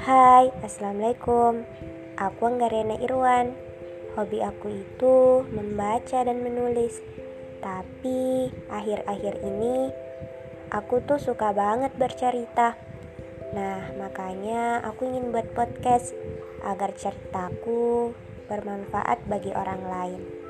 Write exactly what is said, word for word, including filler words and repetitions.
Hai, Assalamualaikum. Aku Anggarena Irwan. Hobi aku itu membaca dan menulis. Tapi akhir-akhir ini aku tuh suka banget bercerita. Nah, makanya aku ingin buat podcast agar ceritaku bermanfaat bagi orang lain.